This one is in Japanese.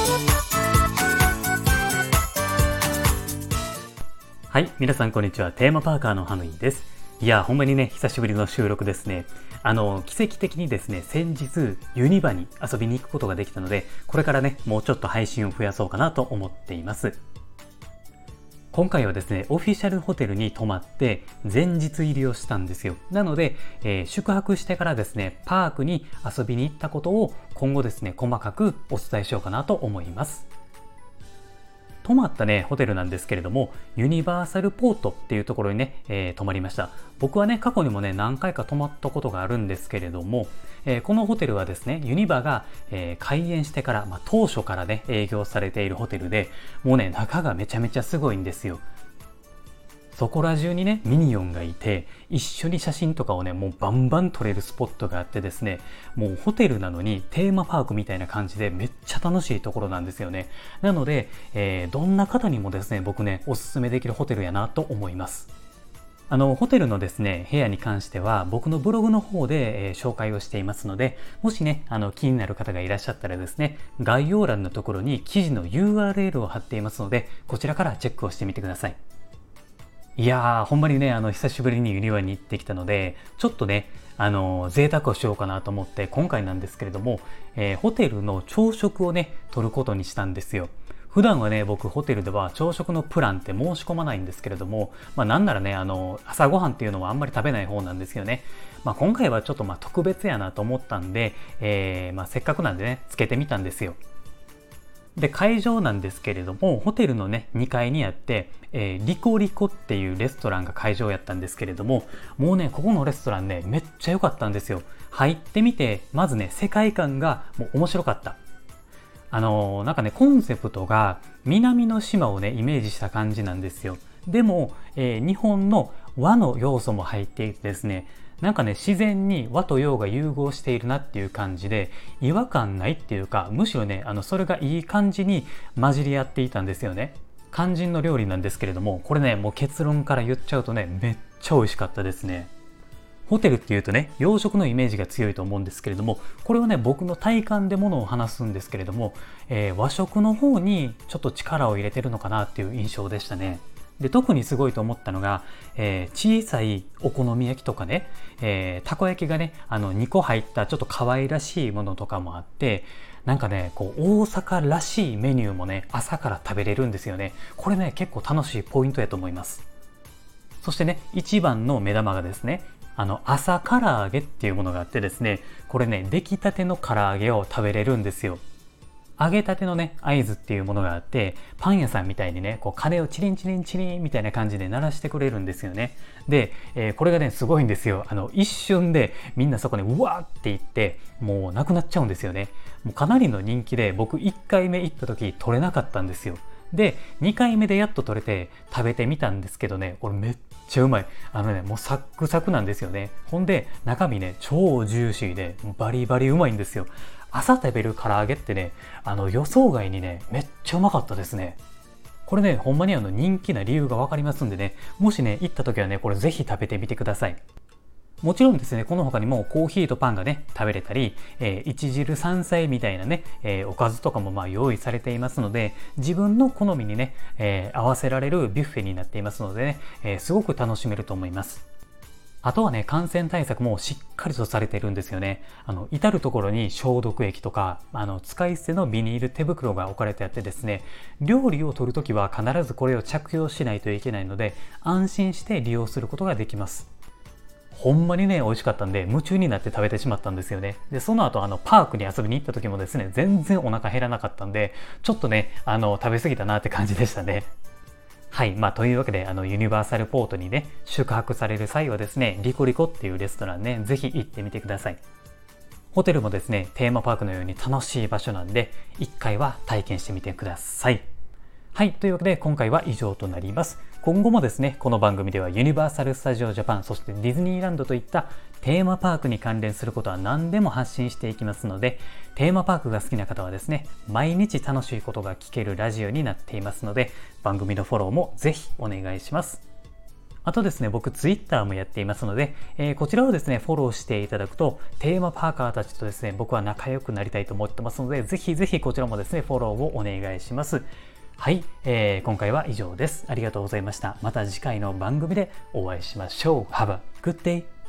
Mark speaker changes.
Speaker 1: はい、皆さんこんにちは。テーマパーカーのハムイです。いや、ほんまにね、久しぶりの収録ですね。奇跡的にですね、先日ユニバに遊びに行くことができたので、これからね、もうちょっと配信を増やそうかなと思っています。今回はですね、オフィシャルホテルに泊まって前日入りをしたんですよ。なので、宿泊してからですね、パークに遊びに行ったことを今後ですね、細かくお伝えしようかなと思います。泊まったね、ホテルなんですけれども、ユニバーサルポートっていうところにね、泊まりました。僕はね、過去にもね、何回か泊まったことがあるんですけれども、このホテルはですね、ユニバが、開園してから、当初からね、営業されているホテルで、もうね、中がめちゃめちゃすごいんですよ。そこら中にね、ミニオンがいて、一緒に写真とかをね、もうバンバン撮れるスポットがあってですね、もうホテルなのにテーマパークみたいな感じでめっちゃ楽しいところなんですよね。なので、どんな方にもですね、僕ね、おすすめできるホテルやなと思います。ホテルのですね、部屋に関しては僕のブログの方で、紹介をしていますので、もしね、気になる方がいらっしゃったらですね、概要欄のところに記事の URL を貼っていますので、こちらからチェックをしてみてください。いやー、ほんまにね、久しぶりにユニバに行ってきたので、ちょっとね、贅沢をしようかなと思って、今回なんですけれども、ホテルの朝食をね、取ることにしたんですよ。普段はね、僕、ホテルでは朝食のプランって申し込まないんですけれども、なんならね、朝ごはんっていうのはあんまり食べない方なんですよね。今回はちょっと特別やなと思ったんで、せっかくなんでね、つけてみたんですよ。で、会場なんですけれども、ホテルのね、2階にあって、リコリコっていうレストランが会場やったんですけれども、もうね、ここのレストランね、めっちゃ良かったんですよ。入ってみて、まずね、世界観がもう面白かった。なんかね、コンセプトが南の島をね、イメージした感じなんですよ。でも、日本の和の要素も入っていてですね、なんかね、自然に和と洋が融合しているなっていう感じで、違和感ないっていうか、むしろね、それがいい感じに混じり合っていたんですよね。肝心の料理なんですけれども、これね、もう結論から言っちゃうとね、めっちゃ美味しかったですね。ホテルっていうとね、洋食のイメージが強いと思うんですけれども、これはね、僕の体感でものを話すんですけれども、和食の方にちょっと力を入れてるのかなっていう印象でしたね。で、特にすごいと思ったのが、小さいお好み焼きとかね、たこ焼きがね、2個入ったちょっと可愛らしいものとかもあって、なんかね、こう、大阪らしいメニューもね、朝から食べれるんですよね。これね、結構楽しいポイントやと思います。そしてね、一番の目玉がですね、朝唐揚げっていうものがあってですね、これね、出来たての唐揚げを食べれるんですよ。揚げたてのね、合図っていうものがあって、パン屋さんみたいにね、こう鐘をチリンチリンチリンみたいな感じで鳴らしてくれるんですよね。で、これがね、すごいんですよ。一瞬でみんなそこにうわーって行って、もうなくなっちゃうんですよね。もうかなりの人気で、僕1回目行った時取れなかったんですよ。で、2回目でやっと取れて食べてみたんですけどね、これめっちゃうまい。もうサックサクなんですよね。ほんで、中身ね、超ジューシーで、バリバリうまいんですよ。朝食べる唐揚げってね、予想外にね、めっちゃうまかったですね。これね、ほんまに人気な理由がわかりますんでね、もしね、行った時はね、これぜひ食べてみてください。もちろんですね、この他にもコーヒーとパンがね、食べれたり、一汁三菜みたいなね、おかずとかも用意されていますので、自分の好みにね、合わせられるビュッフェになっていますのでね、すごく楽しめると思います。あとはね、感染対策もしっかりとされているんですよね。至るところに消毒液とか、使い捨てのビニール手袋が置かれてあってですね、料理を取るときは必ずこれを着用しないといけないので、安心して利用することができます。ほんまにね、美味しかったんで、夢中になって食べてしまったんですよね。で、その後、パークに遊びに行った時もですね、全然お腹減らなかったんで、ちょっとね、食べ過ぎたなって感じでしたね。はい。というわけで、ユニバーサルポートにね、宿泊される際はですね、リコリコっていうレストランね、ぜひ行ってみてください。ホテルもですね、テーマパークのように楽しい場所なんで、一回は体験してみてください。はい。というわけで、今回は以上となります。今後もですね、この番組ではユニバーサル・スタジオ・ジャパン、そしてディズニーランドといったテーマパークに関連することは何でも発信していきますので、テーマパークが好きな方はですね、毎日楽しいことが聞けるラジオになっていますので、番組のフォローもぜひお願いします。 あとですね、僕ツイッターもやっていますので、こちらをですね、フォローしていただくと、テーマパーカーたちとですね、僕は仲良くなりたいと思ってますので、ぜひぜひこちらもですね、フォローをお願いします。はい、今回は以上です。ありがとうございました。また次回の番組でお会いしましょう。Have a good day!